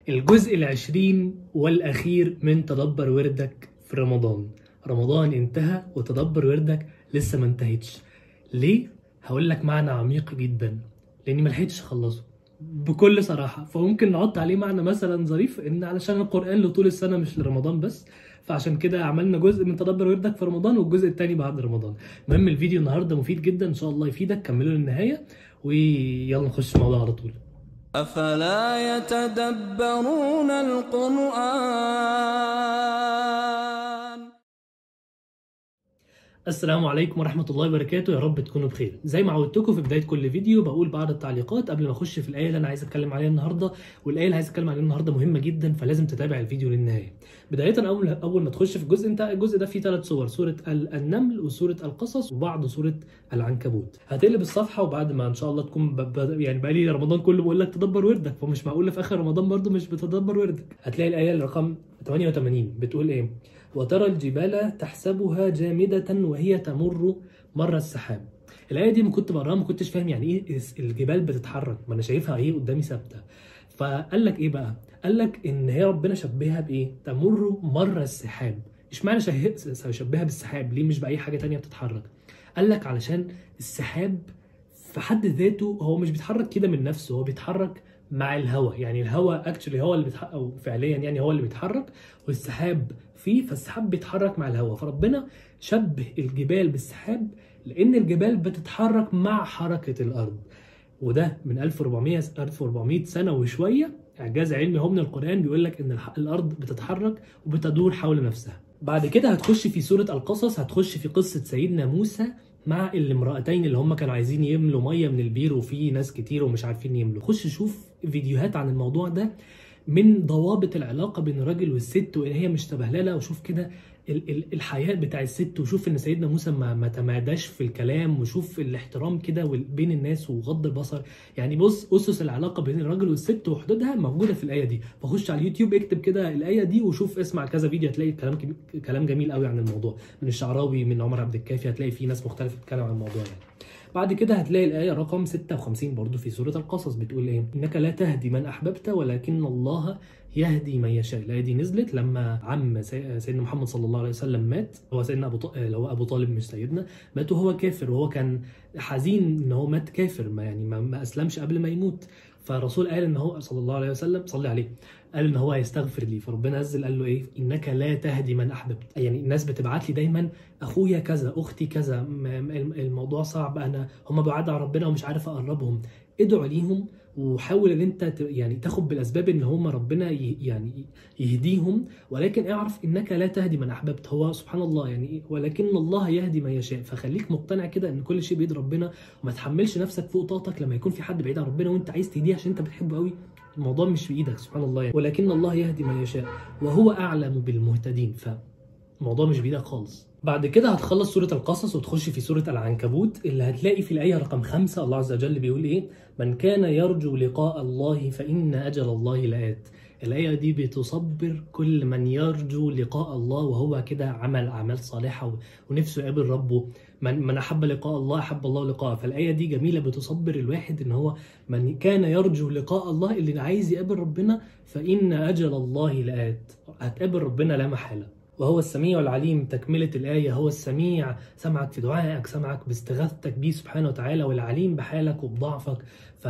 الجزء العشرين والأخير من تدبر وردك في رمضان. رمضان انتهى وتدبر وردك لسه ما انتهتش. ليه؟ هقول لك معنى عميق جدا، لاني ما لحقتش اخلصه بكل صراحه. فممكن نحط عليه معنى مثلا ظريف، ان علشان القران له طول السنه مش لرمضان بس، فعشان كده عملنا جزء من تدبر وردك في رمضان والجزء الثاني بعد رمضان. المهم الفيديو النهارده مفيد جدا، ان شاء الله يفيدك، كملوا للنهايه ويلا نخش في الموضوع على طول. أفلا يتدبرون القرآن. السلام عليكم ورحمة الله وبركاته، يا رب تكونوا بخير. زي ما عودتكم في بداية كل فيديو بقول بعض التعليقات قبل ما اخش في الآية اللي انا عايز اتكلم عليها النهارده، والآية اللي عايز اتكلم عليها النهارده مهمة جدا، فلازم تتابع الفيديو للنهاية. بداية اول ما تخش في الجزء، الجزء ده فيه 3 صور، سورة النمل وسورة القصص وبعض سورة العنكبوت. هتقلب الصفحة وبعد ما ان شاء الله تكون يعني بقى لي رمضان كله بقول لك تدبر وردك، فمش معقول في اخر رمضان برده مش بتدبر وردك. هتلاقي الآية الرقم 88 بتقول ايه؟ وترى الجبال تحسبها جامدة وهي تمر مر السحاب. الآية دي ما كنت بقراها ما كنتش فاهم يعني ايه الجبال بتتحرك، ما انا شايفها اهي قدامي ثابتة. فقال لك ايه بقى؟ قال لك ان هي ربنا شبهها بايه؟ تمر مر السحاب. اشمعنى شبهها بالسحاب؟ ليه مش بأي حاجة تانية بتتحرك؟ قال لك علشان السحاب في حد ذاته هو مش بيتحرك كده من نفسه، هو بيتحرك مع الهواء. يعني الهواء اكشلي هو اللي بيتحرك، او فعليا يعني هو اللي بيتحرك، والسحاب فيه، فالسحاب بيتحرك مع الهواء. فربنا شبه الجبال بالسحاب لان الجبال بتتحرك مع حركة الارض. وده من 1400 سنة وشوية اعجاز علمي هو من القرآن بيقول لك ان الارض بتتحرك وبتدور حول نفسها. بعد كده هتخش في سورة القصص، هتخش في قصة سيدنا موسى مع الامرأتين اللي هم كانوا عايزين يملوا ميه من البير وفي ناس كتير ومش عارفين يملوا. خش شوف فيديوهات عن الموضوع ده، من ضوابط العلاقه بين الراجل والست وان هي مش تبهلله، وشوف كده الحياء بتاع الست، وشوف ان سيدنا موسى ما تماداش في الكلام، وشوف الاحترام كده بين الناس وغض البصر. يعني بص، اسس العلاقه بين الراجل والست وحدودها موجوده في الايه دي. فخش على اليوتيوب اكتب كده الايه دي وشوف، اسمع كذا فيديو، هتلاقي كلام جميل قوي عن الموضوع، من الشعراوي، من عمر عبد الكافي، هتلاقي في ناس مختلفه بتتكلم عن الموضوع يعني. بعد كده هتلاقي الآية رقم 56 برضو في سورة القصص بتقول ايه؟ إنك لا تهدي من أحببت ولكن الله يهدي من يشاء. الآية دي نزلت لما عم سيدنا محمد صلى الله عليه وسلم مات، هو سيدنا أبو طالب مش سيدنا، مات وهو كافر، وهو كان حزين إن هو مات كافر، ما أسلمش قبل ما يموت. فالرسول قال إن هو صلى الله عليه وسلم، صلي عليه، قال ان هو هيستغفر لي. فربنا نزل قال له ايه؟ انك لا تهدي من احببت. يعني الناس بتبعت لي دايما اخويا كذا، اختي كذا، الموضوع صعب، هم بعاد عن ربنا ومش عارف اقربهم. ادعوا ليهم وحاول ان انت يعني تاخد بالاسباب ان هم ربنا يعني يهديهم، ولكن اعرف انك لا تهدي من احببت. هو سبحان الله يعني ولكن الله يهدي من يشاء. فخليك مقتنع كده ان كل شيء بيد ربنا، وما تحملش نفسك فوق طاقتك لما يكون في حد بعيد عن ربنا وانت عايز تهديه عشان انت بتحبه قوي. الموضوع مش في ايدك سبحان الله يعني. ولكن الله يهدي من يشاء وهو اعلم بالمهتدين. فالموضوع مش بايدك خالص. بعد كده هتخلص سورة القصص وتخش في سورة العنكبوت، اللي هتلاقي في الآية رقم 5 الله عز وجل بيقول ايه؟ من كان يرجو لقاء الله فإن أجل الله لآت. الآية دي بتصبر كل من يرجو لقاء الله وهو كده عمل أعمال صالحة ونفسه يقابل ربه. من أحب لقاء الله أحب الله لقاءه. فالآية دي جميلة بتصبر الواحد إن هو من كان يرجو لقاء الله، اللي عايز يقابل ربنا، فإن أجل الله لآت، هتقابل ربنا لا محالة. وهو السميع العليم، تكملة الآية، هو السميع، سمعك في دعائك، سمعك باستغاثتك بيه سبحانه وتعالى، والعليم بحالك وبضعفك،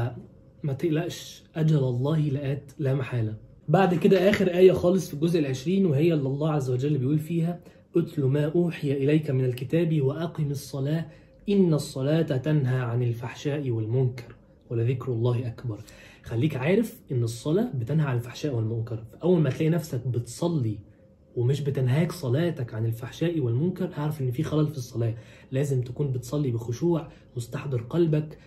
فما تقلقش، أجل الله لآت لا محالة. بعد كده آخر آية خالص في الجزء العشرين، وهي اللي الله عز وجل بيقول فيها أتل ما أوحي إليك من الكتاب وأقم الصلاة إن الصلاة تنهى عن الفحشاء والمنكر ولذكر الله أكبر. خليك عارف إن الصلاة بتنهى عن الفحشاء والمنكر. فأول ما تلاقي نفسك بتصلي ومش بتنهاك صلاتك عن الفحشاء والمنكر، اعرف ان في خلل في الصلاه. لازم تكون بتصلي بخشوع، مستحضر قلبك،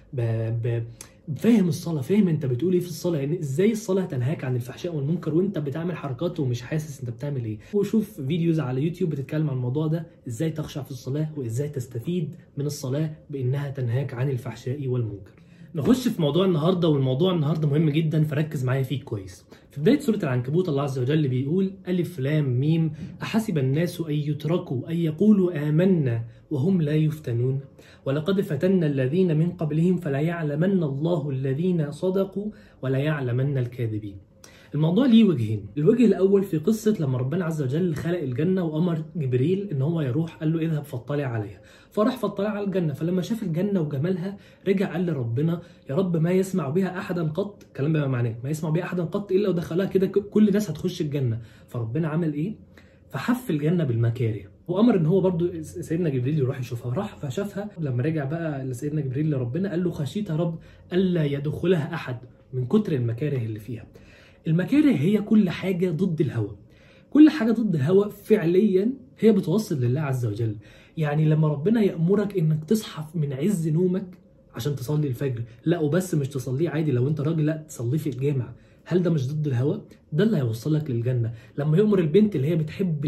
فاهم الصلاه، فاهم انت بتقول ايه في الصلاه. يعني ازاي الصلاه تنهاك عن الفحشاء والمنكر وانت بتعمل حركات ومش حاسس انت بتعمل ايه. وشوف فيديوز على يوتيوب بتتكلم عن الموضوع ده، ازاي تخشع في الصلاه وازاي تستفيد من الصلاه بانها تنهاك عن الفحشاء والمنكر. نخش في موضوع النهارده، والموضوع النهارده مهم جدا فركز معايا فيه كويس. في بدايه سوره العنكبوت الله عز وجل بيقول الف لام ميم احسب الناس ان يتركوا ان يقولوا آمنا وهم لا يفتنون ولقد فتنا الذين من قبلهم فلا يعلمن الله الذين صدقوا ولا يعلمن الكاذبين. الموضوع ليه وجهين. الوجه الاول في قصه لما ربنا عز وجل خلق الجنه وامر جبريل ان هو يروح، قال له اذهب فاطلع عليها، فراح فاطلع على الجنه، فلما شاف الجنه وجمالها رجع قال لربنا يا رب ما يسمع بها احدا قط، كلام بما معناه ما يسمع بها احدا قط الا ودخلها كده كل الناس هتخش الجنه. فربنا عمل ايه؟ فحف الجنه بالمكاره، وامر ان هو برضو سيدنا جبريل يروح يشوفها، راح فشافها. لما رجع بقى لسيدنا جبريل لربنا قال له خشيت يا رب الا يدخلها احد من كتر المكاره اللي فيها. المكاره هي كل حاجه ضد الهوى، كل حاجه ضد الهوى فعليا هي بتوصل لله عز وجل. يعني لما ربنا يامرك انك تصحى من عز نومك عشان تصلي الفجر، لا وبس مش تصليه عادي لو انت راجل، لا تصليه في الجامع، هل ده مش ضد الهوى؟ ده اللي هيوصلك للجنه. لما يؤمر البنت اللي هي بتحب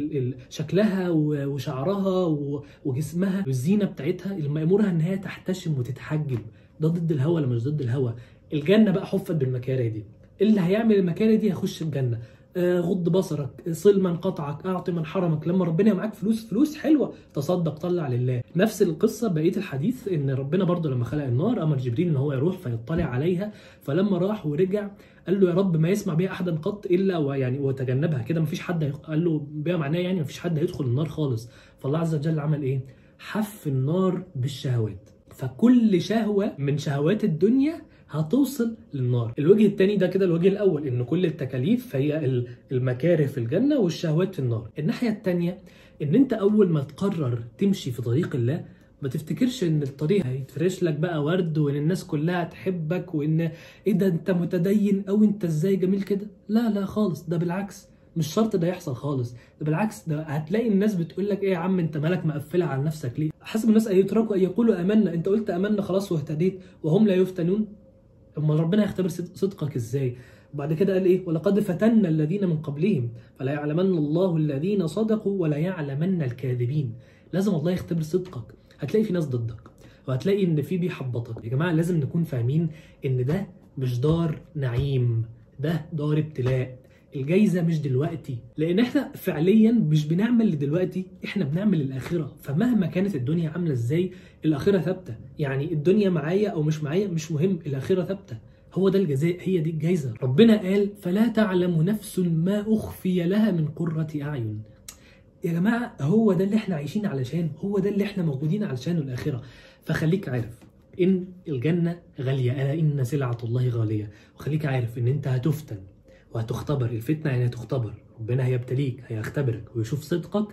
شكلها وشعرها وجسمها والزينه بتاعتها، لما يامرها ان هي تحتشم وتتحجب، ده ضد الهوى ولا مش ضد الهوى؟ الجنه بقى حفت بالمكاره دي، اللي هيعمل المكاره دي هيخش الجنه. غض بصرك، صل من قطعك، اعطي من حرمك. لما ربنا معاك فلوس حلوه، تصدق، طلع لله. نفس القصه بقيه الحديث ان ربنا برضو لما خلق النار امر جبريل ان هو يروح فيطلع عليها، فلما راح ورجع قال له يا رب ما يسمع بها احدا قط الا ويعني وتجنبها كده، مفيش حد قال له بها معناه يعني مفيش حد هيدخل النار خالص. فالله عز وجل عمل ايه؟ حف النار بالشهوات، فكل شهوه من شهوات الدنيا هتوصل للنار. الوجه الثاني ده كده الوجه الاول، ان كل التكاليف هي المكاره في الجنه والشهوات في النار. الناحيه الثانيه ان انت اول ما تقرر تمشي في طريق الله ما تفتكرش ان الطريق هيتفرش لك بقى ورد وان الناس كلها تحبك وان ايه ده انت متدين او انت ازاي جميل كده. لا خالص، ده بالعكس، مش شرط ده يحصل خالص، ده بالعكس، ده هتلاقي الناس بتقول لك ايه يا عم انت مالك مقفلها على نفسك ليه؟ حسب الناس ان يتركوا ان يقولوا امنا، انت قلت امنا خلاص واهتديت وهم لا يفتنون. امال ربنا هيختبر صدقك ازاي؟ وبعد كده قال ايه؟ ولقد فتنا الذين من قبلهم فلا يعلمن الله الذين صدقوا ولا يعلمن الكاذبين. لازم الله يختبر صدقك، هتلاقي في ناس ضدك وهتلاقي ان في بيحبطك. يا جماعه لازم نكون فاهمين ان ده مش دار نعيم، ده دار ابتلاء. الجايزه مش دلوقتي، لان احنا فعليا مش بنعمل لدلوقتي، احنا بنعمل للاخره. فمهما كانت الدنيا عامله ازاي الاخره ثابته. يعني الدنيا معايا او مش معايا مش مهم، الاخره ثابته، هو ده الجزاء، هي دي الجايزه. ربنا قال فلا تعلم نفس ما اخفي لها من قرة اعين. يا جماعه هو ده اللي احنا عايشين علشان، هو ده اللي احنا موجودين علشانه الاخره. فخليك عارف ان الجنه غاليه، الا ان سلعه الله غاليه. وخليك عارف ان انت هتفتن وهتختبر. الفتنه يعني هتختبر، ربنا هيبتليك، هيختبرك ويشوف صدقك.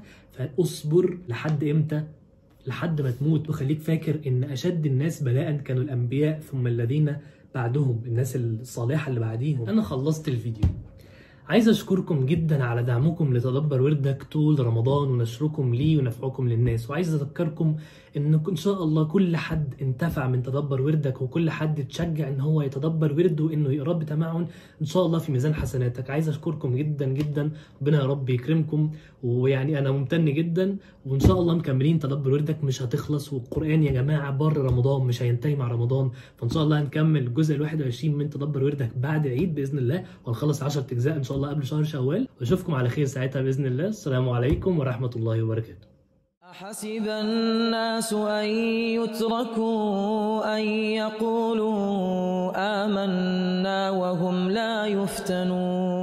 فاصبر لحد امتى؟ لحد ما تموت. وخليك فاكر ان اشد الناس بلاء كانوا الانبياء ثم الذين بعدهم، الناس الصالحه اللي بعديهم. انا خلصت الفيديو. عايز اشكركم جدا على دعمكم لتدبر وردك طول رمضان ونشركم ليه ونفعكم للناس. وعايز اذكركم ان ان شاء الله كل حد انتفع من تدبر وردك وكل حد اتشجع ان هو يتدبر ورده وانه يقراه بتمعن ان شاء الله في ميزان حسناتك. عايز اشكركم جدا جدا، ربنا يا رب يكرمكم. ويعني انا ممتن جدا، وان شاء الله مكملين تدبر وردك مش هتخلص. والقران يا جماعه بره رمضان مش هينتهي مع رمضان، فان شاء الله هنكمل الجزء ال21 من تدبر وردك بعد العيد باذن الله، وهنخلص 10 اجزاء ان شاء الله قبل شهر شوال. واشوفكم على خير ساعتها باذن الله. السلام عليكم ورحمه الله وبركاته. أحسب الناس أن يتركوا أن يقولوا آمنا وهم لا يفتنون.